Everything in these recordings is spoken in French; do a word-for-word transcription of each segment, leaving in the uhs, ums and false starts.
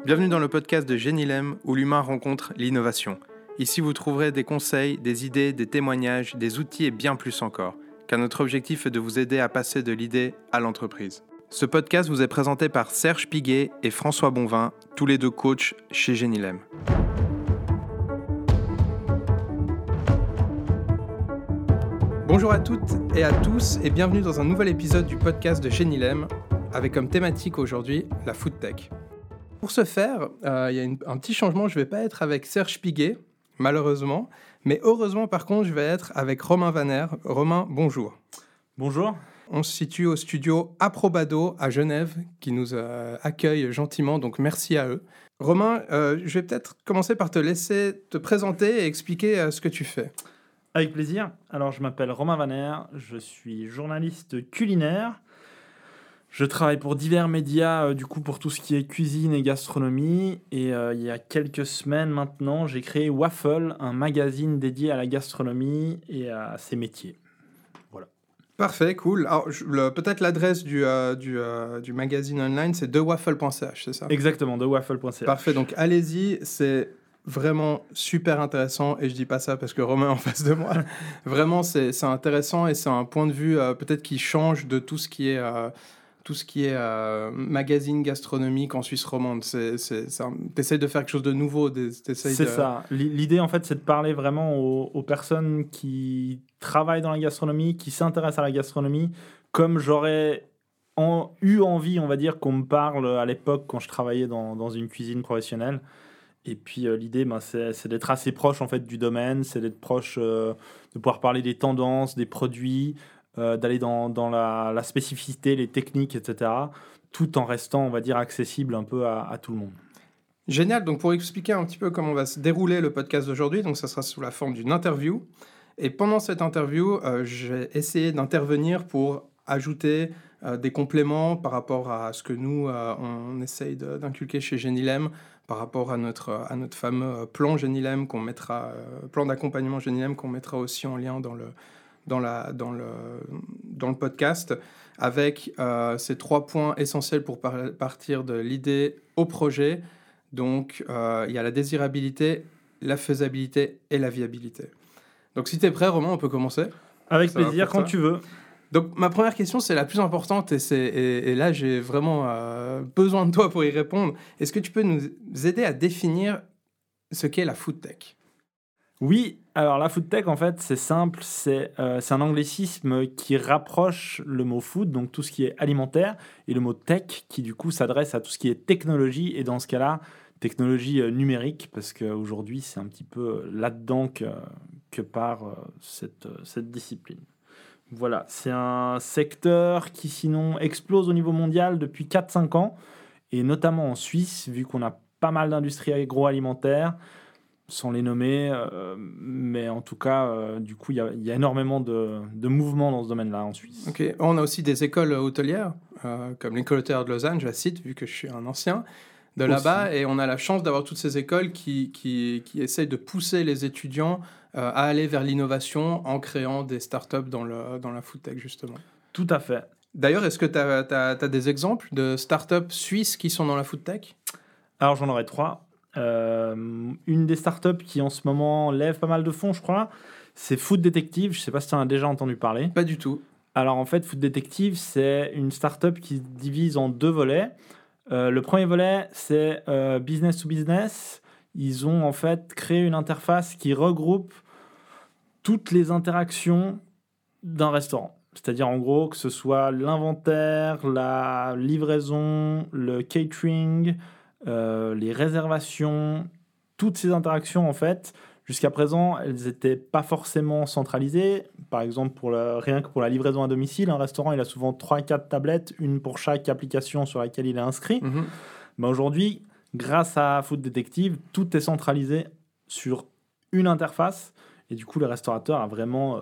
Bienvenue dans le podcast de Genilem où l'humain rencontre l'innovation. Ici, vous trouverez des conseils, des idées, des témoignages, des outils et bien plus encore, car notre objectif est de vous aider à passer de l'idée à l'entreprise. Ce podcast vous est présenté par Serge Piguet et François Bonvin, tous les deux coachs chez Genilem. Bonjour à toutes et à tous et bienvenue dans un nouvel épisode du podcast de Genilem avec comme thématique aujourd'hui la food tech. Pour ce faire, euh, il y a une, un petit changement, je ne vais pas être avec Serge Piguet, malheureusement, mais heureusement par contre je vais être avec Romain Vanner. Romain, bonjour. Bonjour. On se situe au studio Aprobado à Genève qui nous euh, accueille gentiment, donc merci à eux. Romain, euh, je vais peut-être commencer par te laisser te présenter et expliquer euh, ce que tu fais. Avec plaisir. Alors, je m'appelle Romain Vanner, je suis journaliste culinaire. Je travaille pour divers médias, euh, du coup, pour tout ce qui est cuisine et gastronomie. Et euh, il y a quelques semaines maintenant, j'ai créé Waffle, un magazine dédié à la gastronomie et à ses métiers. Voilà. Parfait, cool. Alors, je, le, peut-être l'adresse du, euh, du, euh, du magazine online, c'est de waffle point c h, c'est ça? Exactement, de waffle point c h. Parfait, donc allez-y, c'est vraiment super intéressant, et je dis pas ça parce que Romain est en face de moi. Vraiment, c'est, c'est intéressant et c'est un point de vue euh, peut-être qui change de tout ce qui est... Euh, tout ce qui est euh, magazine gastronomique en Suisse romande. C'est, c'est, c'est un... T'essayes de faire quelque chose de nouveau. C'est de... ça. L'idée, en fait, c'est de parler vraiment aux, aux personnes qui travaillent dans la gastronomie, qui s'intéressent à la gastronomie, comme j'aurais en... eu envie, on va dire, qu'on me parle à l'époque quand je travaillais dans, dans une cuisine professionnelle. Et puis, euh, l'idée, ben, c'est, c'est d'être assez proche, en fait, du domaine, c'est d'être proche, euh, de pouvoir parler des tendances, des produits, Euh, d'aller dans, dans la, la spécificité, les techniques, et cetera, tout en restant, on va dire, accessible un peu à, à tout le monde. Génial. Donc, pour expliquer un petit peu comment va se dérouler le podcast d'aujourd'hui, donc ça sera sous la forme d'une interview. Et pendant cette interview, euh, j'ai essayé d'intervenir pour ajouter euh, des compléments par rapport à ce que nous, euh, on essaye de, d'inculquer chez Genilem, par rapport à notre, à notre fameux plan Genilem qu'on mettra, euh, plan d'accompagnement Genilem qu'on mettra aussi en lien dans le Dans, la, dans, le, dans le podcast, avec euh, ces trois points essentiels pour par- partir de l'idée au projet. Donc, euh, il y a la désirabilité, la faisabilité et la viabilité. Donc, si tu es prêt, Romain, on peut commencer. Avec Ça plaisir, quand tu veux. Donc, ma première question, c'est la plus importante, et, c'est, et, et là, j'ai vraiment euh, besoin de toi pour y répondre. Est-ce que tu peux nous aider à définir ce qu'est la food tech ? Oui, alors la food tech, en fait, c'est simple, c'est, euh, c'est un anglicisme qui rapproche le mot food, donc tout ce qui est alimentaire, et le mot tech, qui du coup s'adresse à tout ce qui est technologie, et dans ce cas-là, technologie euh, numérique, parce qu'aujourd'hui, c'est un petit peu là-dedans que, que part euh, cette, euh, cette discipline. Voilà, c'est un secteur qui sinon explose au niveau mondial depuis quatre à cinq ans, et notamment en Suisse, vu qu'on a pas mal d'industries agroalimentaires, sans les nommer, euh, mais en tout cas, euh, du coup, il y, y a énormément de, de mouvements dans ce domaine-là en Suisse. Ok, on a aussi des écoles hôtelières, euh, comme l'école hôtelière de Lausanne, je la cite, vu que je suis un ancien de là-bas, aussi. Et on a la chance d'avoir toutes ces écoles qui, qui, qui essayent de pousser les étudiants euh, à aller vers l'innovation en créant des startups dans, le, dans la food tech, justement. Tout à fait. D'ailleurs, est-ce que tu as des exemples de startups suisses qui sont dans la food tech ? Alors, j'en aurais trois. Euh, une des startups qui en ce moment lève pas mal de fonds, je crois, c'est Food Detective. Je ne sais pas si tu en as déjà entendu parler. Pas du tout. Alors en fait, Food Detective, c'est une startup qui se divise en deux volets. Euh, le premier volet, c'est euh, business to business. Ils ont en fait créé une interface qui regroupe toutes les interactions d'un restaurant. C'est-à-dire en gros que ce soit l'inventaire, la livraison, le catering, Euh, les réservations, toutes ces interactions en fait, jusqu'à présent, elles n'étaient pas forcément centralisées. Par exemple, pour le, rien que pour la livraison à domicile, un restaurant, il a souvent trois à quatre tablettes, une pour chaque application sur laquelle il est inscrit. Mm-hmm. Mais aujourd'hui, grâce à Food Detective, tout est centralisé sur une interface. Et du coup, le restaurateur a vraiment euh,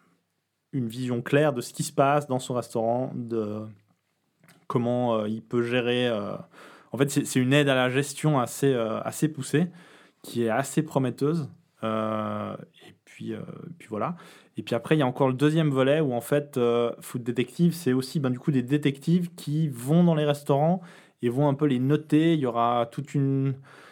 une vision claire de ce qui se passe dans son restaurant, de comment euh, il peut gérer... Euh, En fait, c'est, c'est une aide à la gestion assez, euh, assez poussée, qui est assez prometteuse. Euh, et puis, euh, puis voilà. Et puis après, il y a encore le deuxième volet où en fait, euh, Food Detective, c'est aussi ben, du coup des détectives qui vont dans les restaurants et vont un peu les noter. Il y aura toute une,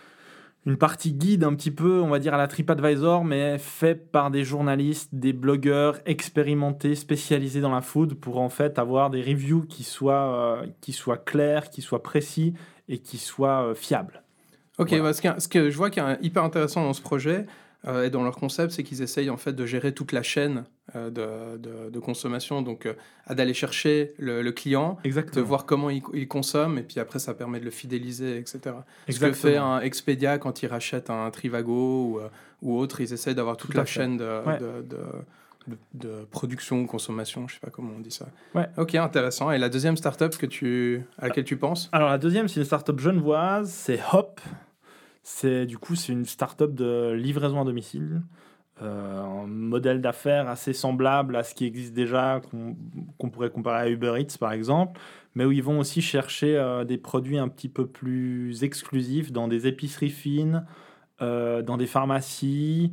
une partie guide un petit peu, on va dire, à la TripAdvisor, mais fait par des journalistes, des blogueurs expérimentés, spécialisés dans la food, pour en fait avoir des reviews qui soient, euh, qui soient clairs, qui soient précis et qui soient euh, fiables. Ok, Voilà. bah, ce, qui est- ce que je vois qui est hyper intéressant dans ce projet euh, et dans leur concept, c'est qu'ils essayent en fait de gérer toute la chaîne euh, de, de- de consommation, donc euh, à d'aller chercher le, le client, de Exactement. voir comment il, il consomme, et puis après ça permet de le fidéliser, et cetera. Ce que Exactement. fait un Expedia quand il rachète un Trivago ou, euh, ou autre, ils essayent d'avoir toute Tout à la fait. chaîne de, Ouais. de, de, de- de production ou consommation, je sais pas comment on dit ça. Ouais. Ok, intéressant. Et la deuxième startup que tu, à laquelle tu penses? Alors la deuxième, c'est une startup genevoise, c'est Hop. C'est du coup c'est une startup de livraison à domicile, euh, un modèle d'affaires assez semblable à ce qui existe déjà, qu'on, qu'on pourrait comparer à Uber Eats par exemple, mais où ils vont aussi chercher euh, des produits un petit peu plus exclusifs dans des épiceries fines, euh, dans des pharmacies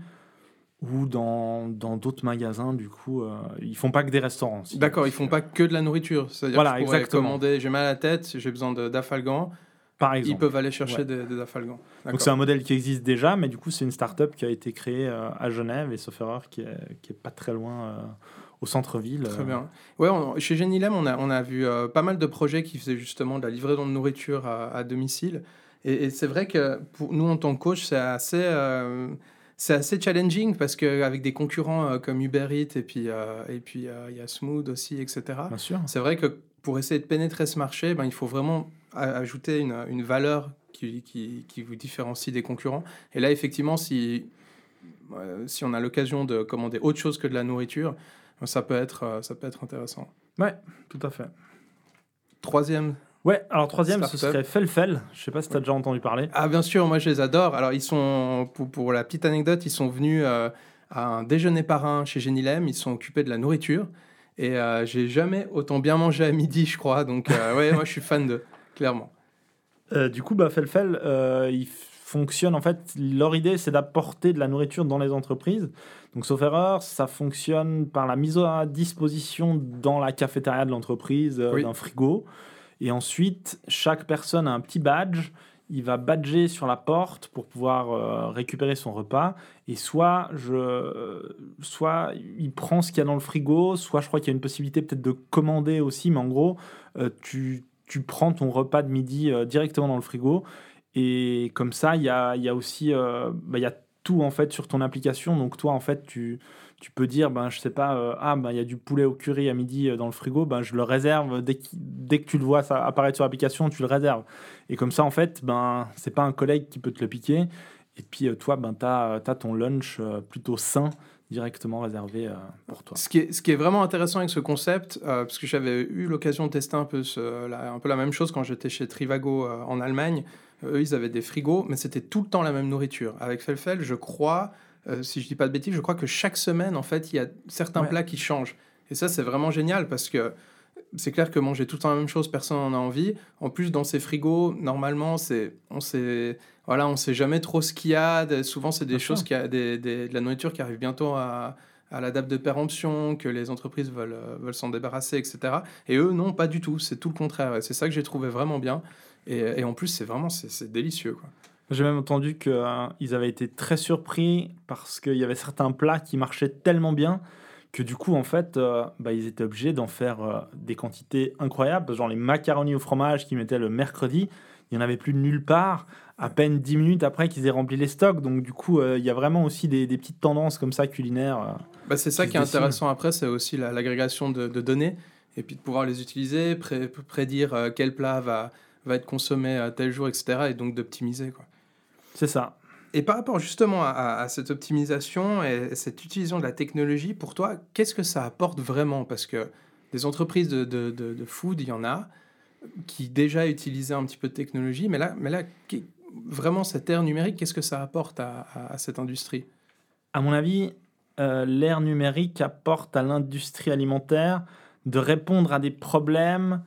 ou dans, dans d'autres magasins. Du coup, euh, ils font pas que des restaurants. si- D'accord, ils si- font pas que de la nourriture. C'est-à-dire Voilà, que je pourrais exactement. commander, j'ai mal à la tête, j'ai bebesoin de- d'Afalgan. Par Ils exemple. peuvent aller chercher Ouais. des, des Afalgan. Donc D'accord. c'est un modèle qui existe déjà, mais du coup c'est une start-up qui a été créée euh, à Genève, et sauf erreur qui est, qui est pas très loin euh, au centre-ville. Très euh. bien. Ouais, on- chez Genilem, on a, on a vu euh, pas mal de projets qui faisaient justement de la livraison de nourriture à, à domicile. Et, et c'est vrai que pour nous, en tant que coach, c'est assez, euh, c'est assez challenging parce qu'avec des concurrents euh, comme Uber Eats et puis euh, et puis euh, il y a Smooth aussi, et cetera. Bien sûr. C'est vrai que pour essayer de pénétrer ce marché, ben, il faut vraiment a- ajouter une, une valeur qui, qui, qui vous différencie des concurrents. Et là, effectivement, si, euh, si on a l'occasion de commander autre chose que de la nourriture, ça peut être, euh, ça peut être intéressant. Ouais, tout à fait. Troisième. Ouais, alors troisième, ce Startup. serait Felfel. Je sais pas si tu as déjà entendu parler. Ah, bien sûr, moi je les adore. Alors, ils sont, pour, pour la petite anecdote, ils sont venus euh, à un déjeuner parrain chez Genilem. Ils sont occupés de la nourriture. Et euh, j'ai jamais autant bien mangé à midi, je crois. Donc, euh, ouais, moi je suis fan de, clairement. Euh, du coup, bah, Felfel, euh, ils fonctionnent, en fait, leur idée, c'est d'apporter de la nourriture dans les entreprises. Donc, sauf erreur, ça fonctionne par la mise à disposition dans la cafétéria de l'entreprise euh, Oui. d'un frigo. Et ensuite, chaque personne a un petit badge. Il va badger sur la porte pour pouvoir euh, récupérer son repas. Et soit, je, euh, soit il prend ce qu'il y a dans le frigo, soit je crois qu'il y a une possibilité peut-être de commander aussi. Mais en gros, euh, tu, tu prends ton repas de midi euh, directement dans le frigo. Et comme ça, il y a, il y a aussi euh, bah, il y a tout en fait sur ton application. Donc toi, en fait, tu, tu peux dire, ben, je sais pas, euh, ah, ben, il y a du poulet au curry à midi euh, dans le frigo, ben, je le réserve dès, qu'il- dès que tu le vois ça apparaître sur l'application, tu le réserves. Et comme ça, en fait, ben, c'est pas un collègue qui peut te le piquer. Et puis euh, toi, ben, tu as ton lunch euh, plutôt sain directement réservé euh, pour toi. Ce qui, est, ce qui est vraiment intéressant avec ce concept, euh, parce que j'avais eu l'occasion de tester un peu, ce, la, un peu la même chose quand j'étais chez Trivago euh, en Allemagne. Euh, eux, ils avaient des frigos, mais c'était tout le temps la même nourriture. Avec Felfel, je crois, euh, si je dis pas de bêtises, je crois que chaque semaine, en fait, il y a certains Ouais. plats qui changent. Et ça, c'est vraiment génial parce que c'est clair que manger tout le temps la même chose, personne n'en a envie. En plus, dans ces frigos, normalement, c'est, on sait, voilà, on sait jamais trop ce qu'il y a. De- souvent, c'est des Bien choses sûr. qui a, des, des- de la nourriture qui arrive bientôt à, à la date de péremption, que les entreprises veulent, euh, veulent s'en débarrasser, et cetera. Et eux, non, pas du tout. C'est tout le contraire. Et c'est ça que j'ai trouvé vraiment bien. Et, et en plus, c'est vraiment, c'est, c'est délicieux, quoi. J'ai même entendu qu'ils avaient été très surpris parce qu'il y avait certains plats qui marchaient tellement bien que du coup, en fait, euh, bah, ils étaient obligés d'en faire euh, des quantités incroyables. Genre les macaronis au fromage qu'ils mettaient le mercredi, il n'y en avait plus nulle part, à peine dix minutes après qu'ils aient rempli les stocks. Donc du coup, euh, il y a vraiment aussi des, des petites tendances comme ça culinaires. euh. Bah, c'est ça Qui qui est se dessinent. intéressant après, c'est aussi la- l'agrégation de, de données et puis de pouvoir les utiliser, pré- prédire euh, quel plat va, va être consommé à tel jour, et cetera. Et donc d'optimiser, quoi. C'est ça. Et par rapport justement à, à- à cette optimisation et cette utilisation de la technologie, pour toi, qu'est-ce que ça apporte vraiment? Parce que des entreprises de, de, de, de food, il y en a qui déjà utilisaient un petit peu de technologie, mais là, mais là qu'est- vraiment cette ère numérique, qu'est-ce que ça apporte à, à- à cette industrie? À mon avis, euh, l'ère numérique apporte à l'industrie alimentaire de répondre à des problèmes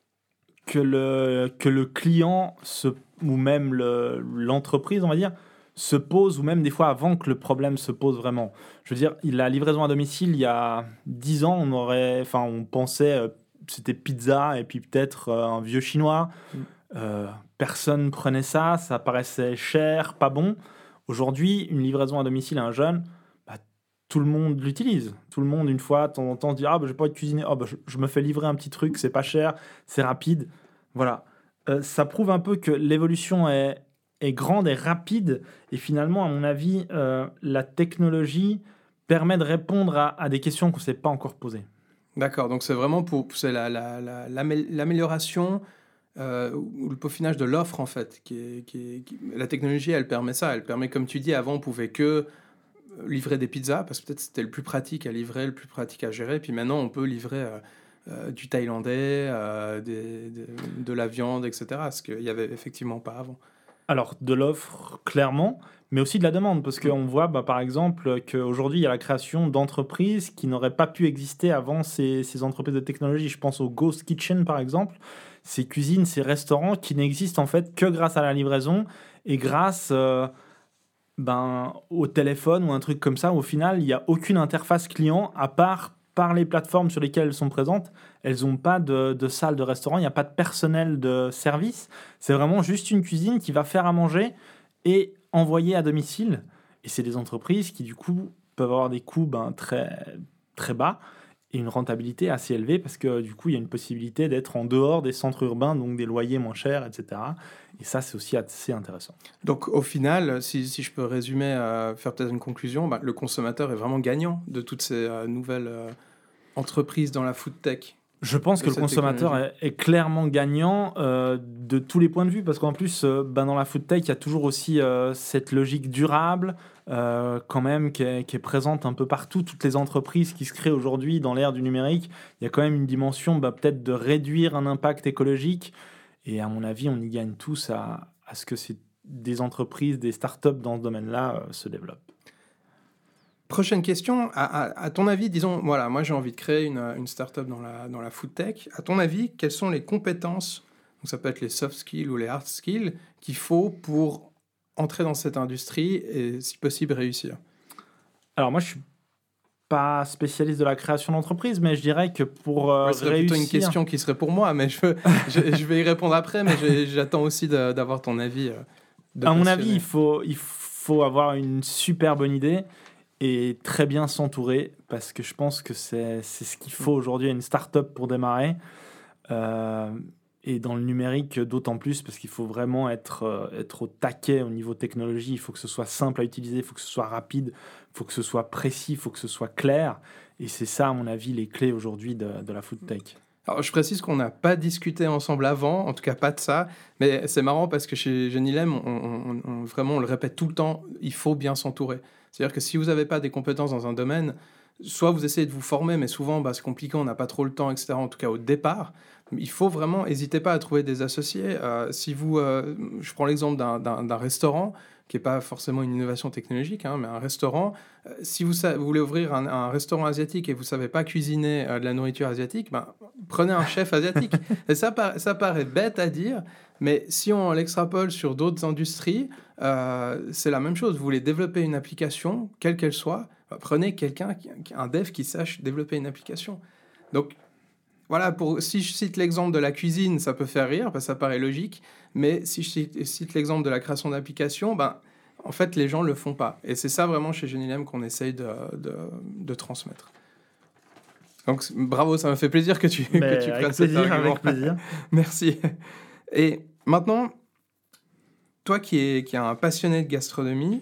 que le, que le client se, ou même le- l'entreprise, on va dire, se pose, ou même des fois avant que le problème se pose vraiment. Je veux dire, la livraison à domicile, il y a dix ans, on, aurait, enfin, on pensait euh, c'était pizza et puis peut-être euh, un vieux chinois. Mm. Euh, personne prenait ça, ça paraissait cher, pas bon. Aujourd'hui, une livraison à domicile à un jeune, bah, tout le monde l'utilise. Tout le monde, une fois, de temps en temps, se dit « Ah, bah, je vais pas être cuisiner, oh, bah, je, je me fais livrer un petit truc, c'est pas cher, c'est rapide. » Voilà. Euh, ça prouve un peu que l'évolution est, est grande et rapide. Et finalement, à mon avis, euh, la technologie permet de répondre à, à des questions qu'on ne s'est pas encore posées. D'accord, donc c'est vraiment pour c'est la, la, la, l'amé- l'amélioration euh, ou le peaufinage de l'offre en fait. Qui est, qui est- qui- La technologie, elle permet ça. Elle permet, comme tu dis, avant on pouvait que livrer des pizzas parce que peut-être c'était le plus pratique à livrer, le plus pratique à gérer. Puis maintenant on peut livrer euh, euh, du thaïlandais, euh, des, des- de la viande, et cetera. Ce qu'il y avait effectivement pas avant. Alors, de l'offre, clairement, mais aussi de la demande, parce qu'on voit, bah, par exemple, qu'aujourd'hui, il y a la création d'entreprises qui n'auraient pas pu exister avant ces, ces entreprises de technologie. Je pense au Ghost Kitchen, par exemple, ces cuisines, ces restaurants qui n'existent en fait que grâce à la livraison et grâce euh, ben, au téléphone ou un truc comme ça. Au final, il n'y a aucune interface client à part par les plateformes sur lesquelles elles sont présentes. Elles n'ont pas de, de salle de restaurant, il n'y a pas de personnel de service. C'est vraiment juste une cuisine qui va faire à manger et envoyer à domicile. Et c'est des entreprises qui, du coup, peuvent avoir des coûts ben, très, très bas et une rentabilité assez élevée parce que, du coup, il y a une possibilité d'être en dehors des centres urbains, donc des loyers moins chers, et cetera. Et ça, c'est aussi assez intéressant. Donc au final, si, si je peux résumer, euh, faire peut-être une conclusion, bah, le consommateur est vraiment gagnant de toutes ces euh, nouvelles euh, entreprises dans la food tech. Je pense De que le cette consommateur est, technologie. est clairement gagnant euh, de tous les points de vue, parce qu'en plus, euh, ben, dans la food tech, il y a toujours aussi euh, cette logique durable, euh, quand même, qui est, qui est présente un peu partout. Toutes les entreprises qui se créent aujourd'hui dans l'ère du numérique, il y a quand même une dimension bah, peut-être de réduire un impact écologique. Et à mon avis, on y gagne tous à, à ce que ces- des entreprises, des startups dans ce domaine-là euh, se développent. Prochaine question, à, à- à ton avis, disons, voilà, moi j'ai envie de créer une, une startup dans la, dans la food tech. À ton avis, quelles sont les compétences, donc ça peut être les soft skills ou les hard skills, qu'il faut pour entrer dans cette industrie et si possible réussir? Alors moi, je suis pas spécialiste de la création d'entreprise, mais je dirais que pour euh, Ouais, ce serait plutôt une réussir... question qui serait pour moi, mais je, veux- je, je vais y répondre après, mais j'ai- j'attends aussi de- d'avoir ton avis euh, de À mon avis, passionné. il faut, il faut avoir une super bonne idée et très bien s'entourer parce que je pense que c'est c'est ce qu'il faut aujourd'hui à une start-up pour démarrer. Euh, et dans le numérique, d'autant plus parce qu'il faut vraiment être, euh, être au taquet au niveau technologie. Il faut que ce soit simple à utiliser, il faut que ce soit rapide, il faut que ce soit précis, il faut que ce soit clair. Et c'est ça, à mon avis, les clés aujourd'hui de, de la food tech. Alors, je précise qu'on n'a pas discuté ensemble avant, en tout cas pas de ça, mais c'est marrant parce que chez Genilem, on, on- on- vraiment, on le répète tout le temps, il faut bien s'entourer. C'est-à-dire que si vous n'avez pas des compétences dans un domaine, soit vous essayez de vous former, mais souvent, bah, c'est compliqué, on n'a pas trop le temps, et cetera, en tout cas au départ. Il faut vraiment, n'hésitez pas à trouver des associés. Euh, si vous, euh, je prends l'exemple d'un, d'un- d'un restaurant, qui n'est pas forcément une innovation technologique, hein, mais un restaurant, euh, si vous, sa- vous voulez ouvrir un, un restaurant asiatique et vous ne savez pas cuisiner euh, de la nourriture asiatique, ben, prenez un chef asiatique. Et ça, par- ça paraît bête à dire, mais si on l'extrapole sur d'autres industries, euh, c'est la même chose. Vous voulez développer une application, quelle qu'elle soit, bah, prenez quelqu'un, qui- qui- un dev qui sache développer une application. Donc, voilà, pour, si je cite l'exemple de la cuisine, ça peut faire rire, parce que ça paraît logique, mais si je cite, cite l'exemple de la création d'applications, ben, en fait, les gens ne le font pas. Et c'est ça vraiment chez Genilem qu'on essaye de, de, de transmettre. Donc, c- bravo, ça me fait plaisir que tu, que Mais tu avec prennes cet plaisir, argument. avec plaisir. Merci. Et maintenant, toi qui es, qui es un passionné de gastronomie,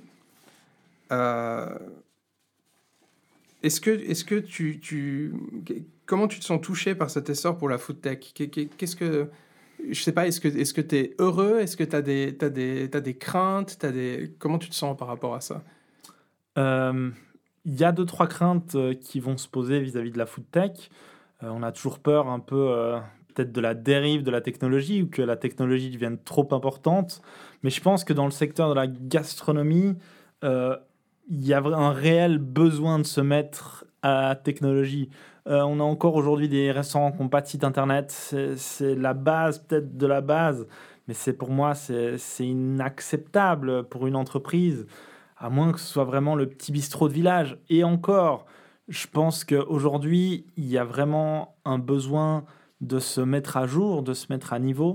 euh, est-ce que, est-ce que tu, tu, comment tu te sens touché par cet essor pour la food tech? Qu'est- qu'est- Qu'est-ce que, je sais pas, est-ce que, est-ce que tu es heureux? Est-ce que tu as des, t'as des, t'as des craintes? T'as des, comment tu te sens par rapport à ça? Euh, Il y a deux, trois craintes euh, qui vont se poser vis-à-vis de la food tech. Euh, on a toujours peur un peu euh, peut-être de la dérive de la technologie ou que la technologie devienne trop importante. Mais je pense que dans le secteur de la gastronomie, euh, il y a vra- un réel besoin de se mettre à la technologie. Euh, on a encore aujourd'hui des restaurants qui n'ont pas de site internet. C'est, c'est la base peut-être de la base. Mais c'est pour moi, c'est, c'est inacceptable pour une entreprise à moins que ce soit vraiment le petit bistrot de village. Et encore, je pense qu'aujourd'hui, il y a vraiment un besoin de se mettre à jour, de se mettre à niveau.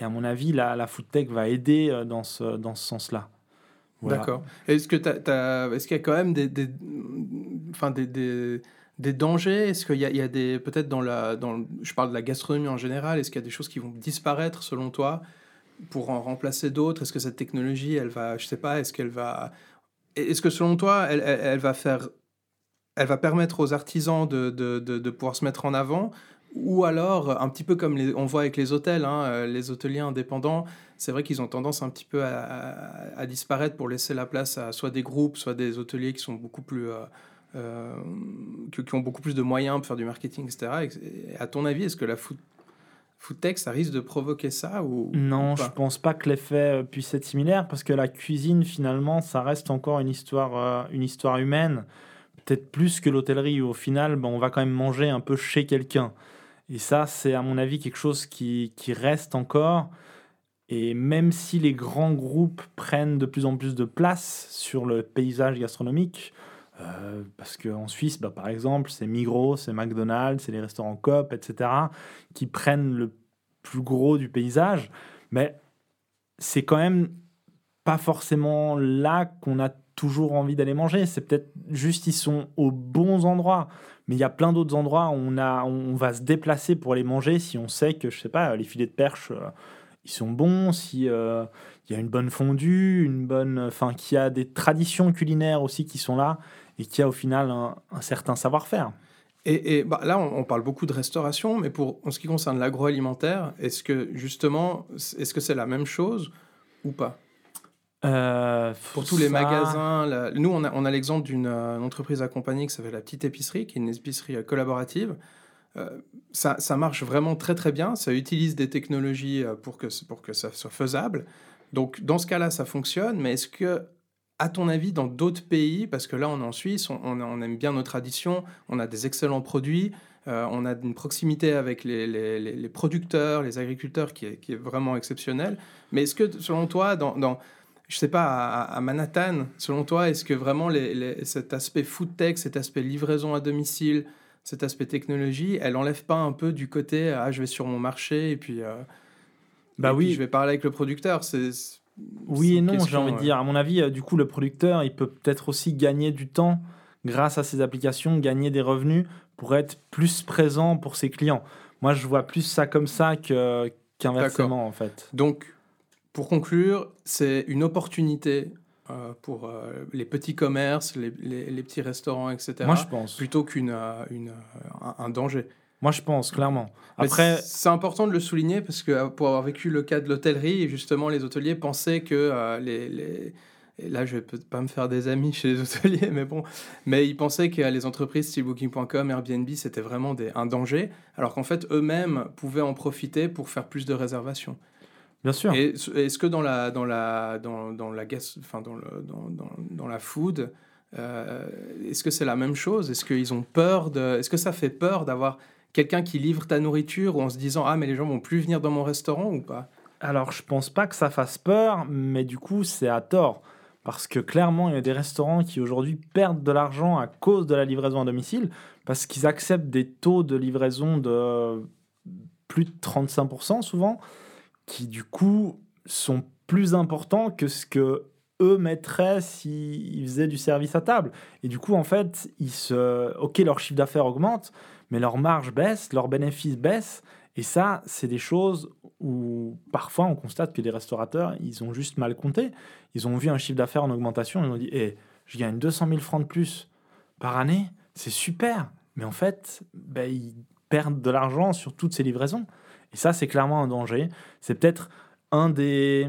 Et à mon avis, la, la food tech va aider euh, dans ce, dans ce sens-là. Voilà. D'accord. Est-ce, que t'as, t'as, est-ce qu'il y a quand même des, des, enfin des, des, des dangers? Est-ce qu'il y a, il y a des, peut-être dans la, dans, je parle de la gastronomie en général, est-ce qu'il y a des choses qui vont disparaître selon toi pour en remplacer d'autres? Est-ce que cette technologie, elle va, je sais pas, est-ce qu'elle va... Est-ce que selon toi, elle, elle, elle va faire... Elle va permettre aux artisans de, de, de, de pouvoir se mettre en avant? Ou alors, un petit peu comme les, on voit avec les hôtels, hein, les hôteliers indépendants, c'est vrai qu'ils ont tendance un petit peu à, à, à disparaître pour laisser la place à soit des groupes, soit des hôteliers qui sont beaucoup plus... Euh, euh, qui, qui ont beaucoup plus de moyens pour faire du marketing, et cetera. Et, et à ton avis, est-ce que la food, food tech, ça risque de provoquer ça ou, Non, ou je pense pas que l'effet puisse être similaire, parce que la cuisine, finalement, ça reste encore une histoire, euh, une histoire humaine. Peut-être plus que l'hôtellerie, où au final, ben, on va quand même manger un peu chez quelqu'un. Et ça, c'est à mon avis quelque chose qui, qui reste encore. Et même si les grands groupes prennent de plus en plus de place sur le paysage gastronomique, euh, parce qu'en Suisse, bah, par exemple, c'est Migros, c'est McDonald's, c'est les restaurants Coop, et cetera, qui prennent le plus gros du paysage, mais c'est quand même pas forcément là qu'on a toujours envie d'aller manger. C'est peut-être juste ils sont aux bons endroits. Mais il y a plein d'autres endroits où on, a, on va se déplacer pour les manger si on sait que, je sais pas, les filets de perche, euh, ils sont bons, si euh, il y a une bonne fondue, une bonne, enfin, qu'il y a des traditions culinaires aussi qui sont là et qu'il y a au final un, un certain savoir-faire. Et, et bah, là, on, on parle beaucoup de restauration, mais pour, en ce qui concerne l'agroalimentaire, est-ce que justement, est-ce que c'est la même chose ou pas? Euh, Pour tous les ça... magasins, la... nous, on a, on a l'exemple d'une euh, entreprise accompagnée qui s'appelle La Petite Épicerie, qui est une épicerie euh, collaborative. Euh, ça, ça marche vraiment très très bien. Ça utilise des technologies euh, pour que, pour que ça soit faisable. Donc, dans ce cas-là, ça fonctionne. Mais est-ce que, à ton avis, dans d'autres pays, parce que là, on est en Suisse, on, on, on aime bien nos traditions, on a des excellents produits, euh, on a une proximité avec les, les, les, les producteurs, les agriculteurs qui est, qui est vraiment exceptionnelle. Mais est-ce que, selon toi, dans... dans je sais pas, à, à Manhattan, selon toi, est-ce que vraiment les, les, cet aspect food tech, cet aspect livraison à domicile, cet aspect technologie, elle enlève pas un peu du côté « ah, je vais sur mon marché et puis, euh, bah et oui. puis je vais parler avec le producteur » c'est, c'est Oui et non, question, j'ai envie de dire. À mon avis, euh, du coup, le producteur, il peut peut-être aussi gagner du temps grâce à ces applications, gagner des revenus pour être plus présent pour ses clients. Moi, je vois plus ça comme ça que, qu'inversement, D'accord. en fait. Donc, pour conclure, c'est une opportunité euh, pour euh, les petits commerces, les, les, les petits restaurants, et cetera. Moi, je pense. Plutôt qu'une euh, une, un, un danger. Moi, je pense, clairement. Après, Après, c'est important de le souligner parce que pour avoir vécu le cas de l'hôtellerie, justement, les hôteliers pensaient que euh, les, les... Et là, je vais peut-être pas me faire des amis chez les hôteliers, mais bon. Mais ils pensaient que les entreprises style Booking point com, Airbnb, c'était vraiment des, un danger, alors qu'en fait, eux-mêmes pouvaient en profiter pour faire plus de réservations. bien sûr. Et est-ce que dans la, dans la, dans, dans la, gas, enfin, dans, le, dans, dans, dans la food, euh, est-ce que c'est la même chose? Est-ce qu'ils ont peur de... Est-ce que ça fait peur d'avoir quelqu'un qui livre ta nourriture ou en se disant « Ah, mais les gens vont plus venir dans mon restaurant » ou pas? Alors, je pense pas que ça fasse peur, mais du coup, c'est à tort. Parce que clairement, il y a des restaurants qui aujourd'hui perdent de l'argent à cause de la livraison à domicile, parce qu'ils acceptent des taux de livraison de plus de trente-cinq pour cent souvent, qui du coup sont plus importants que ce que eux mettraient s'ils faisaient du service à table. Et du coup, en fait, ils se... ok, leur chiffre d'affaires augmente, mais leur marge baisse, leurs bénéfices baissent. Et ça, c'est des choses où parfois on constate que les restaurateurs, ils ont juste mal compté. Ils ont vu un chiffre d'affaires en augmentation, ils ont dit hey, « je gagne deux cent mille francs de plus par année, c'est super !» Mais en fait, ben, ils perdent de l'argent sur toutes ces livraisons. Et ça, c'est clairement un danger. C'est peut-être un des...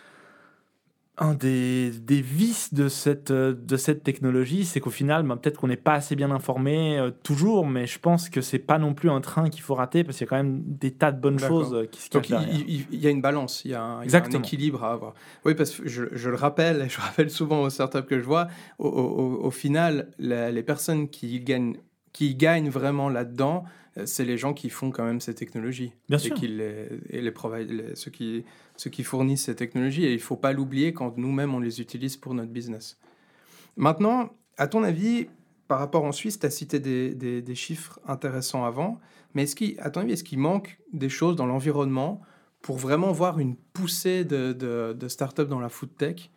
Un des, des vices de cette, de cette technologie, c'est qu'au final, ben, peut-être qu'on n'est pas assez bien informé euh, toujours, mais je pense que c'est pas non plus un train qu'il faut rater parce qu'il y a quand même des tas de bonnes D'accord. choses qui se Donc cachent derrière. il, il, il y a une balance, il y a un, il y a un équilibre à avoir. Oui, parce que je, je le rappelle, et je rappelle souvent aux startups que je vois, au, au, au final, la, les personnes qui gagnent, qui gagnent vraiment là-dedans, c'est les gens qui font quand même ces technologies. Bien et sûr. Qui les, et les provide, les, ceux, qui, ceux qui fournissent ces technologies. Et il ne faut pas l'oublier quand nous-mêmes, on les utilise pour notre business. Maintenant, à ton avis, par rapport en Suisse, tu as cité des, des, des chiffres intéressants avant, mais est-ce qu'il, à ton avis, est-ce qu'il manque des choses dans l'environnement pour vraiment voir une poussée de, de, de startups dans la food tech?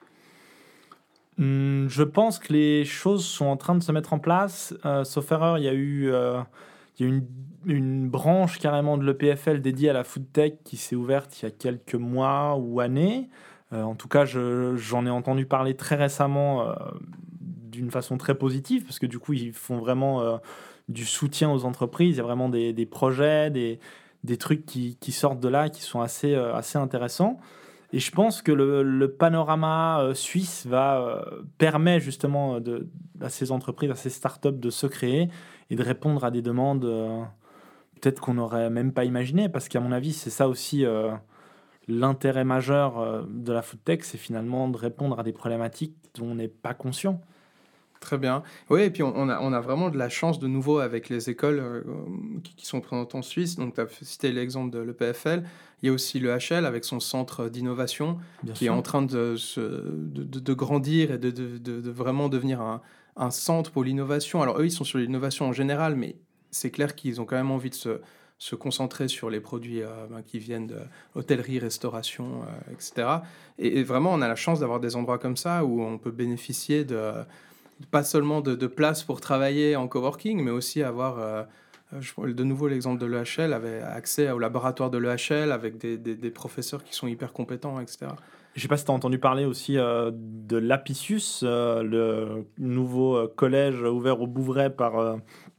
Hum, je pense que les choses sont en train de se mettre en place. Euh, sauf erreur, il y a eu, euh, il y a une, une branche carrément de l'E P F L dédiée à la food tech qui s'est ouverte il y a quelques mois ou années. Euh, en tout cas, je, j'en ai entendu parler très récemment euh, d'une façon très positive parce que du coup, ils font vraiment euh, du soutien aux entreprises. Il y a vraiment des, des projets, des, des trucs qui, qui sortent de là qui sont assez, euh, assez intéressants. Et je pense que le, le panorama euh, suisse va euh, permet justement de, à ces entreprises, à ces startups de se créer et de répondre à des demandes euh, peut-être qu'on n'aurait même pas imaginées. Parce qu'à mon avis, c'est ça aussi euh, l'intérêt majeur euh, de la food tech, c'est finalement de répondre à des problématiques dont on n'est pas conscient. Très bien. Oui, et puis on, on a, on a vraiment de la chance de nouveau avec les écoles euh, qui, qui sont présentes en Suisse. Donc, tu as cité l'exemple de l'E P F L. Il y a aussi le H L avec son centre d'innovation Bien qui sûr. est en train de, se, de, de, de grandir et de, de, de, de vraiment devenir un, un centre pour l'innovation. Alors, eux, ils sont sur l'innovation en général, mais c'est clair qu'ils ont quand même envie de se, se concentrer sur les produits euh, ben, qui viennent de hôtellerie, restauration, euh, et cetera. Et, et vraiment, on a la chance d'avoir des endroits comme ça où on peut bénéficier de... pas seulement de, de place pour travailler en coworking, mais aussi avoir, euh, je prends de nouveau l'exemple de l'E H L, avait accès au laboratoire de l'E H L avec des, des, des professeurs qui sont hyper compétents, et cetera. Je ne sais pas si tu as entendu parler aussi euh, de l'Apicius, euh, le nouveau euh, collège ouvert au Bouvray par, euh,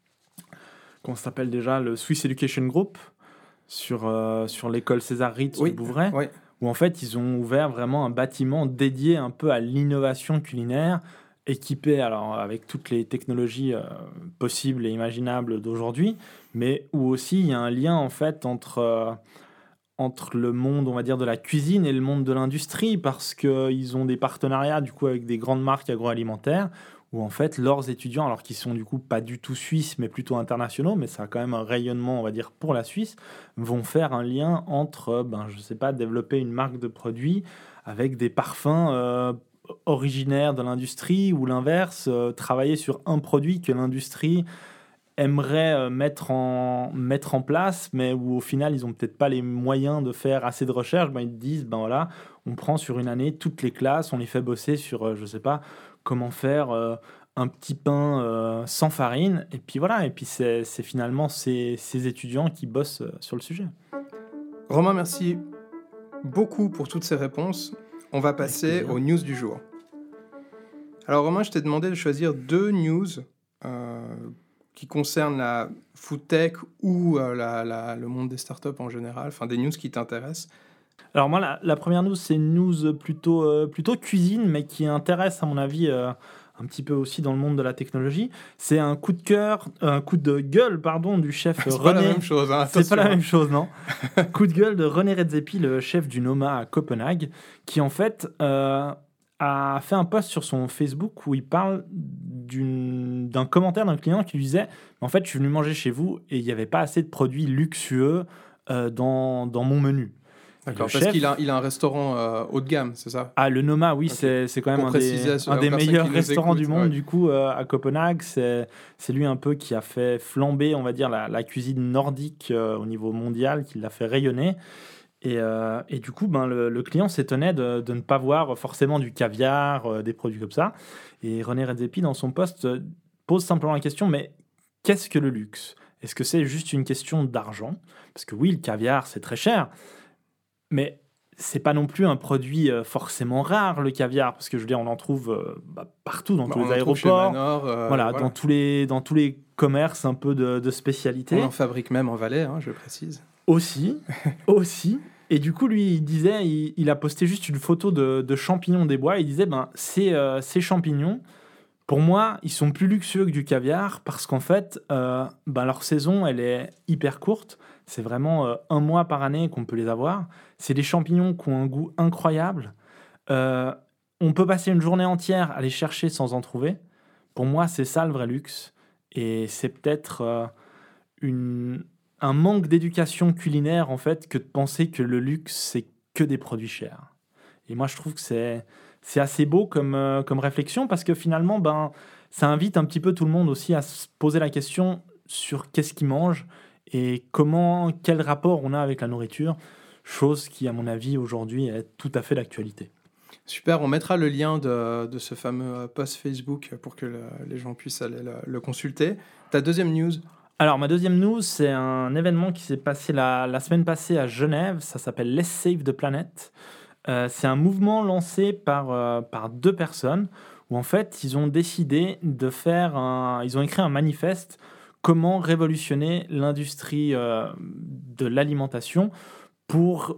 comment ça s'appelle déjà, le Swiss Education Group, sur, euh, sur l'école César Ritz Oui, du Bouvray, oui. où en fait ils ont ouvert vraiment un bâtiment dédié un peu à l'innovation culinaire, équipé alors avec toutes les technologies euh, possibles et imaginables d'aujourd'hui, mais où aussi il y a un lien en fait entre, euh, entre le monde, on va dire, de la cuisine et le monde de l'industrie, parce qu'ils ont des partenariats du coup avec des grandes marques agroalimentaires, où en fait leurs étudiants, alors qu'ils sont du coup pas du tout suisses mais plutôt internationaux, mais ça a quand même un rayonnement on va dire pour la Suisse, vont faire un lien entre, ben je sais pas, développer une marque de produits avec des parfums euh, originaires de l'industrie, ou l'inverse, euh, travailler sur un produit que l'industrie aimerait euh, mettre en, mettre en place, mais où au final ils ont peut-être pas les moyens de faire assez de recherche. Ben, ils disent, ben voilà, on prend sur une année toutes les classes, on les fait bosser sur, euh, je sais pas, comment faire euh, un petit pain euh, sans farine, et puis voilà, et puis c'est, c'est finalement ces, ces étudiants qui bossent euh, sur le sujet. Romain, merci beaucoup pour toutes ces réponses. On va passer aux news du jour. Alors Romain, je t'ai demandé de choisir deux news euh, qui concernent la food tech ou euh, la, la, le monde des startups en général, enfin des news qui t'intéressent. Alors moi, la, la première news, c'est une news plutôt, euh, plutôt cuisine, mais qui intéresse à mon avis euh, un petit peu aussi dans le monde de la technologie. C'est un coup de cœur, un coup de gueule, pardon, du chef c'est René. Pas la même chose, hein, c'est pas la même chose, non. Coup de gueule de René Redzepi, le chef du Noma à Copenhague, qui en fait euh, a fait un post sur son Facebook où il parle d'une, d'un commentaire d'un client qui lui disait « En fait, je suis venu manger chez vous et il n'y avait pas assez de produits luxueux euh, dans, dans mon menu. » D'accord, parce chef... qu'il a, il a un restaurant euh, haut de gamme, c'est ça? Ah, le Noma, oui, okay. c'est, c'est quand même Pour un des, un des meilleurs restaurants écoute, du monde, ouais. du coup, euh, à Copenhague. C'est, c'est lui un peu qui a fait flamber, on va dire, la, la cuisine nordique euh, au niveau mondial, qui l'a fait rayonner. Et, euh, et du coup, ben, le, le client s'étonnait de, de ne pas voir forcément du caviar, euh, des produits comme ça. Et René Redzepi, dans son post, pose simplement la question, mais qu'est-ce que le luxe? Est-ce que c'est juste une question d'argent? Parce que oui, le caviar, c'est très cher. Mais c'est pas non plus un produit euh, forcément rare, le caviar, parce que je veux dire, on en trouve euh, bah, partout, dans bah, tous les aéroports, Manor, euh, voilà, voilà. Dans, tous les, dans tous les commerces un peu de, de spécialité. On en fabrique même en Valais, hein, je précise. Aussi, aussi. Et du coup, lui, il disait, il, il a posté juste une photo de, de champignons des bois. Il disait, ben, ces, euh, ces champignons, pour moi, ils sont plus luxueux que du caviar, parce qu'en fait, euh, ben, leur saison, elle est hyper courte. C'est vraiment euh, un mois par année qu'on peut les avoir. C'est des champignons qui ont un goût incroyable. Euh, on peut passer une journée entière à les chercher sans en trouver. Pour moi, c'est ça le vrai luxe. Et c'est peut-être euh, une, un manque d'éducation culinaire, en fait, que de penser que le luxe, c'est que des produits chers. Et moi, je trouve que c'est, c'est assez beau comme, euh, comme réflexion, parce que finalement, ben, ça invite un petit peu tout le monde aussi à se poser la question sur qu'est-ce qu'ils mangent, et comment, quel rapport on a avec la nourriture. chose qui, à mon avis, aujourd'hui est tout à fait d'actualité. Super, on mettra le lien de, de ce fameux post Facebook pour que le, les gens puissent aller le, le consulter. Ta deuxième news? Alors, ma deuxième news, c'est un événement qui s'est passé la, la semaine passée à Genève. Ça s'appelle Let's Save the Planet. Euh, c'est un mouvement lancé par, euh, par deux personnes où, en fait, ils ont décidé de faire un... Ils ont écrit un manifeste comment révolutionner l'industrie euh, de l'alimentation pour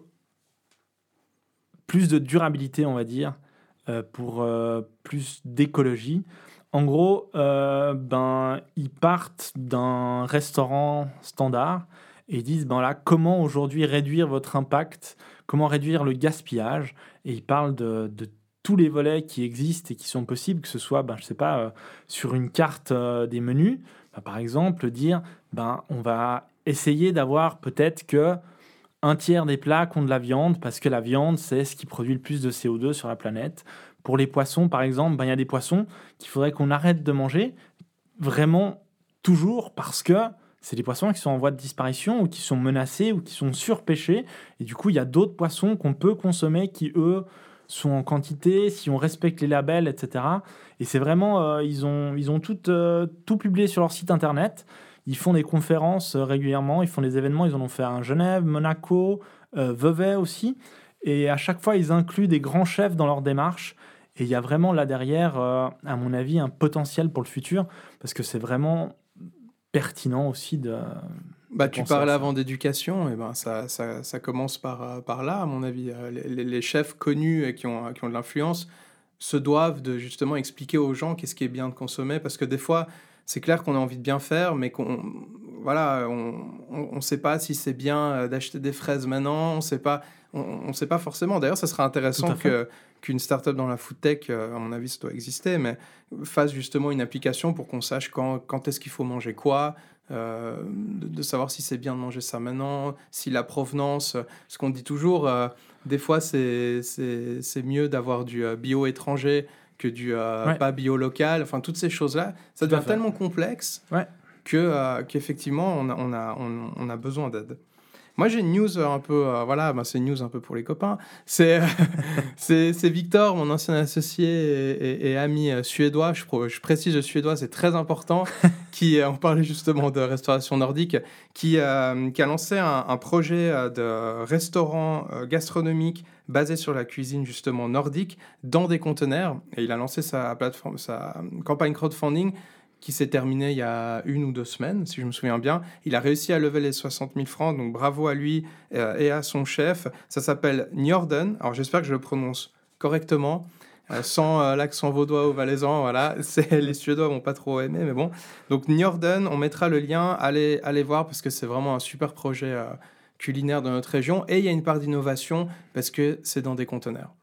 plus de durabilité, on va dire, euh, pour euh, plus d'écologie. En gros, euh, ben, ils partent d'un restaurant standard et ils disent ben là, comment aujourd'hui réduire votre impact, comment réduire le gaspillage. Et ils parlent de, de tous les volets qui existent et qui sont possibles, que ce soit, ben, je sais pas, euh, sur une carte euh, des menus, ben, par exemple, dire ben, on va essayer d'avoir peut-être que un tiers des plats qui ont de la viande, parce que la viande, c'est ce qui produit le plus de C O deux sur la planète. Pour les poissons, par exemple, ben, y a des poissons qu'il faudrait qu'on arrête de manger, vraiment toujours, parce que c'est des poissons qui sont en voie de disparition ou qui sont menacés ou qui sont surpêchés. Et du coup, il y a d'autres poissons qu'on peut consommer qui, eux, sont en quantité, si on respecte les labels, et cetera. Et c'est vraiment... Euh, ils ont, ils ont tout, euh, tout publié sur leur site internet. Ils font des conférences euh, régulièrement, ils font des événements. Ils en ont fait à Genève, Monaco, euh, Vevey aussi. Et à chaque fois, ils incluent des grands chefs dans leur démarche. Et il y a vraiment là derrière, euh, à mon avis, un potentiel pour le futur, parce que c'est vraiment pertinent aussi de... Bah, tu parlais avant d'éducation, et ben ça, ça, ça commence par, par là, à mon avis. Les, les chefs connus et qui ont, qui ont de l'influence se doivent de justement expliquer aux gens qu'est-ce qui est bien de consommer, parce que des fois, c'est clair qu'on a envie de bien faire, mais qu'on voilà, on ne sait pas si c'est bien d'acheter des fraises maintenant, on sait pas, on ne sait pas forcément. D'ailleurs, ça serait intéressant que, qu'une start-up dans la food tech, à mon avis, ça doit exister, mais fasse justement une application pour qu'on sache quand, quand est-ce qu'il faut manger quoi, euh, de, de savoir si c'est bien de manger ça maintenant, si la provenance, ce qu'on dit toujours, euh, des fois, c'est, c'est, c'est mieux d'avoir du euh, bio étranger que du euh, ouais. pas bio local. Enfin, toutes ces choses-là, ça devient tellement complexe ouais. que, euh, qu'effectivement, on a, on, a, on, on a besoin d'aide. Moi, j'ai une news un peu... Euh, voilà, bah, c'est une news un peu pour les copains. C'est, euh, c'est, c'est Victor, mon ancien associé et, et, et ami euh, suédois. Je, je précise le suédois, c'est très important. qui, euh, on parlait justement de restauration nordique, qui, euh, qui a lancé un, un projet de restaurant euh, gastronomique basé sur la cuisine justement nordique dans des conteneurs. Et il a lancé sa plateforme, sa campagne crowdfunding qui s'est terminée il y a une ou deux semaines, si je me souviens bien. Il a réussi à lever les soixante mille francs, donc bravo à lui euh, et à son chef. Ça s'appelle Njorden. Alors j'espère que je le prononce correctement, euh, sans euh, l'accent vaudois ou valaisan. Voilà, c'est, les Suédois vont pas trop aimer, mais bon. Donc Njorden, on mettra le lien. Allez, allez voir parce que c'est vraiment un super projet euh, culinaire de notre région. Et il y a une part d'innovation parce que c'est dans des conteneurs.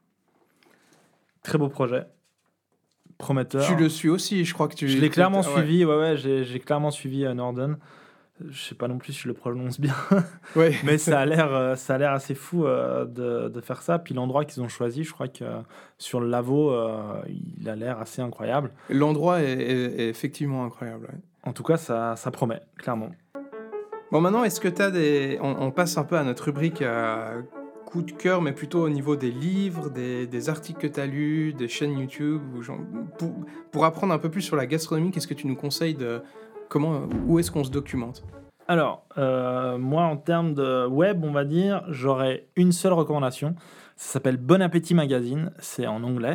Très beau projet. Prometteur. Tu le suis aussi, je crois que tu... Je l'ai clairement suivi, ouais, ouais, j'ai, j'ai clairement suivi euh, Norden. Je sais pas non plus si je le prononce bien, ouais. mais ça a l'air, euh, ça a l'air assez fou euh, de, de faire ça. Puis l'endroit qu'ils ont choisi, je crois que euh, sur le Lavaux, euh, il a l'air assez incroyable. L'endroit est, est, est effectivement incroyable. Ouais. En tout cas, ça, ça promet, clairement. Bon, maintenant, est-ce que tu as des... On, on passe un peu à notre rubrique... Euh... coup de cœur, mais plutôt au niveau des livres, des, des articles que tu as lus, des chaînes YouTube, ou genre, pour, pour apprendre un peu plus sur la gastronomie, qu'est-ce que tu nous conseilles de comment, où est-ce qu'on se documente? Alors, euh, moi, en termes de web, on va dire, j'aurais une seule recommandation. Ça s'appelle Bon Appétit Magazine, c'est en anglais.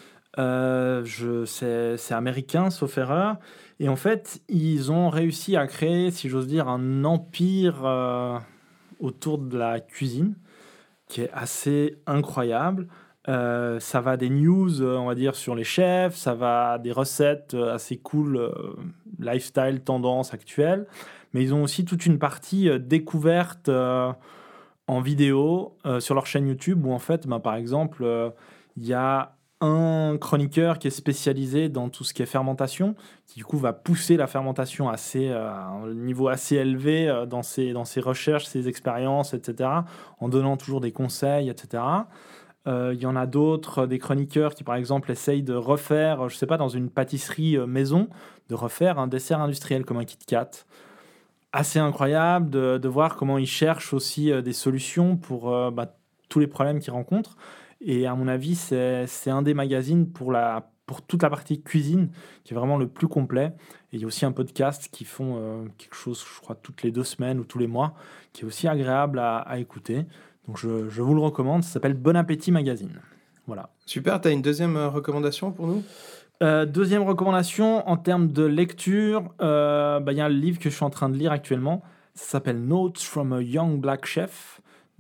Euh, je, c'est, c'est américain, sauf erreur. Et en fait, ils ont réussi à créer, si j'ose dire, un empire euh, autour de la cuisine, qui est assez incroyable. Euh, ça va des news, euh, on va dire, sur les chefs, ça va des recettes euh, assez cool, euh, lifestyle, tendance actuelle, mais ils ont aussi toute une partie euh, découverte euh, en vidéo euh, sur leur chaîne YouTube, où en fait, ben, par exemple, il euh, y a un chroniqueur qui est spécialisé dans tout ce qui est fermentation, qui du coup va pousser la fermentation assez, euh, à un niveau assez élevé euh, dans, ses, dans ses recherches, ses expériences, et cetera, en donnant toujours des conseils, et cetera. Il euh, y en a d'autres, des chroniqueurs qui par exemple essayent de refaire, je sais pas, dans une pâtisserie euh, maison, de refaire un dessert industriel comme un Kit Kat. assez incroyable de, de voir comment il cherche aussi euh, des solutions pour euh, bah, tous les problèmes qu'il rencontre. Et à mon avis, c'est, c'est un des magazines pour, la, pour toute la partie cuisine qui est vraiment le plus complet. Et il y a aussi un podcast qui font euh, quelque chose, je crois, toutes les deux semaines ou tous les mois, qui est aussi agréable à, à écouter. Donc je, je vous le recommande, ça s'appelle Bon Appétit Magazine. Voilà. Super, tu as une deuxième euh, recommandation pour nous ? Euh, deuxième recommandation, en termes de lecture, euh, bah, y a un livre que je suis en train de lire actuellement. Ça s'appelle Notes from a Young Black Chef.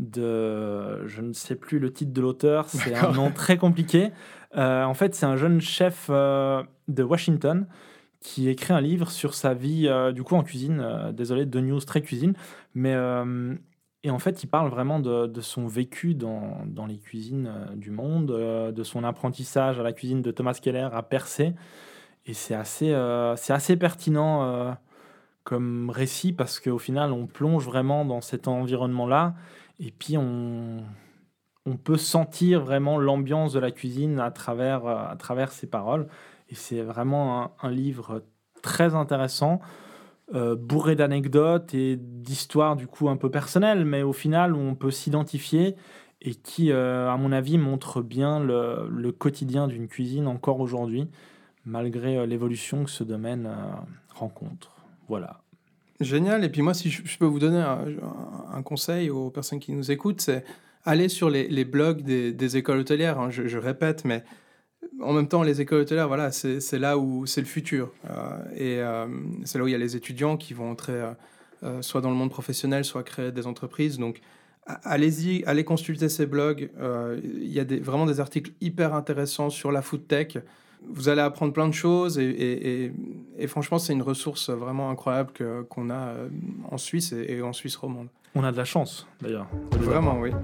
De, je ne sais plus le titre de l'auteur, c'est D'accord. un nom très compliqué. Euh, en fait, c'est un jeune chef euh, de Washington qui écrit un livre sur sa vie euh, du coup en cuisine. Euh, désolé, deux news très cuisine, mais euh, et en fait, il parle vraiment de, de son vécu dans, dans les cuisines euh, du monde, euh, de son apprentissage à la cuisine de Thomas Keller à Percé. Et c'est assez, euh, c'est assez pertinent euh, comme récit parce qu'au final, on plonge vraiment dans cet environnement-là. Et puis, on, on peut sentir vraiment l'ambiance de la cuisine à travers, à travers ses paroles. Et c'est vraiment un, un livre très intéressant. Euh, bourré d'anecdotes et d'histoires du coup un peu personnelles, mais au final où on peut s'identifier et qui, euh, à mon avis, montre bien le, le quotidien d'une cuisine encore aujourd'hui, malgré euh, l'évolution que ce domaine euh, rencontre. Voilà. Génial. Et puis moi, si je, je peux vous donner un, un conseil aux personnes qui nous écoutent, c'est aller sur les, les blogs des, des écoles hôtelières. Hein. Je, je répète, mais en même temps, les écoles hôtelières, voilà, c'est, c'est là où c'est le futur. Euh, et euh, c'est là où il y a les étudiants qui vont entrer euh, euh, soit dans le monde professionnel, soit créer des entreprises. Donc, allez-y, allez consulter ces blogs. Euh, il y a des, vraiment des articles hyper intéressants sur la food tech. Vous allez apprendre plein de choses. Et, et, et, et franchement, c'est une ressource vraiment incroyable que, qu'on a en Suisse et, et en Suisse romande. On a de la chance, d'ailleurs. Vraiment, oui.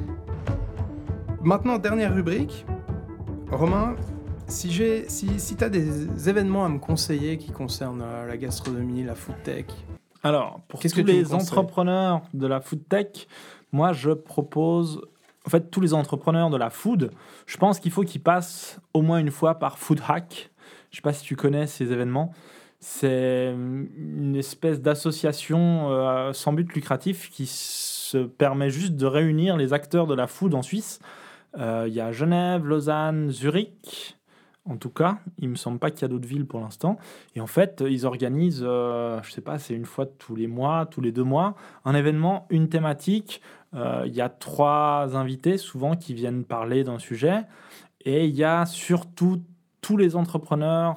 Maintenant, dernière rubrique. Romain, si, j'ai, si, si tu as des événements à me conseiller qui concernent euh, la gastronomie, la food tech... Alors, pour Qu'est-ce tous les entrepreneurs de la food tech, moi, je propose... En fait, tous les entrepreneurs de la food, je pense qu'il faut qu'ils passent au moins une fois par Food Hack. Je ne sais pas si tu connais ces événements. C'est une espèce d'association euh, sans but lucratif qui se permet juste de réunir les acteurs de la food en Suisse. Il euh, y a Genève, Lausanne, Zurich, en tout cas. Il ne me semble pas qu'il y a d'autres villes pour l'instant. Et en fait, ils organisent, euh, je ne sais pas, c'est une fois tous les mois, tous les deux mois, un événement, une thématique. Il euh, y a trois invités, souvent, qui viennent parler d'un sujet. Et il y a surtout tous les entrepreneurs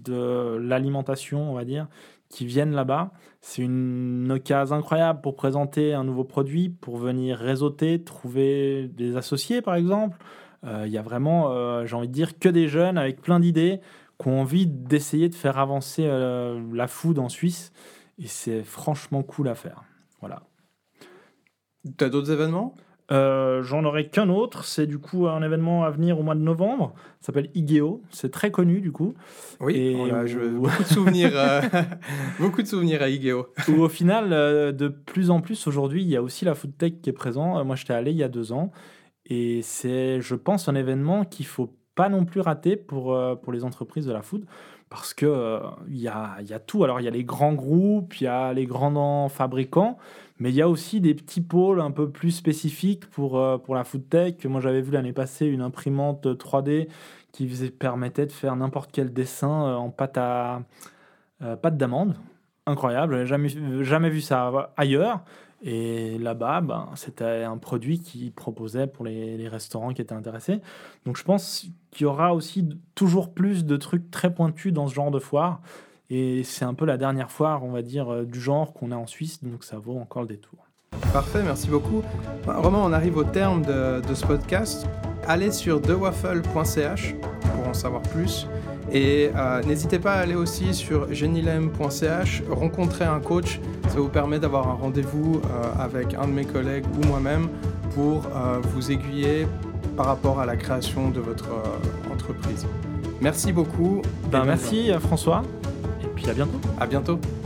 de l'alimentation, on va dire, qui viennent là-bas. C'est une occasion incroyable pour présenter un nouveau produit, pour venir réseauter, trouver des associés, par exemple. Il euh, y a vraiment, euh, j'ai envie de dire, que des jeunes avec plein d'idées qui ont envie d'essayer de faire avancer euh, la food en Suisse. Et c'est franchement cool à faire. Voilà. Tu as d'autres événements ? Euh, j'en aurai qu'un autre, c'est du coup un événement à venir au mois de novembre, ça s'appelle Igeo, c'est très connu du coup. Oui, et on a, je, beaucoup, de souvenirs, euh, beaucoup de souvenirs à Igeo. Où au final, euh, de plus en plus aujourd'hui, il y a aussi la food tech qui est présent. Euh, moi, j'étais allé il y a deux ans et c'est, je pense, un événement qu'il ne faut pas non plus rater pour, euh, pour les entreprises de la food parce qu'il euh, y, a, y a tout. Alors, il y a les grands groupes, il y a les grands fabricants, mais il y a aussi des petits pôles un peu plus spécifiques pour, euh, pour la food tech. Moi, j'avais vu l'année passée une imprimante trois D qui faisait, permettait de faire n'importe quel dessin euh, en pâte, à, euh, pâte d'amande. Incroyable, j'avais jamais, jamais vu ça ailleurs. Et là-bas, ben, c'était un produit qu'ils proposaient pour les, les restaurants qui étaient intéressés. Donc, je pense qu'il y aura aussi toujours plus de trucs très pointus dans ce genre de foire. Et c'est un peu la dernière foire, on va dire, du genre qu'on a en Suisse, donc ça vaut encore le détour. Parfait, merci beaucoup. Romain, on arrive au terme de, de ce podcast. Allez sur the waffle point c h pour en savoir plus. Et euh, n'hésitez pas à aller aussi sur genilem point c h, rencontrer un coach. Ça vous permet d'avoir un rendez-vous euh, avec un de mes collègues ou moi-même pour euh, vous aiguiller par rapport à la création de votre euh, entreprise. Merci beaucoup. Ben, merci François. Et puis à bientôt. À bientôt.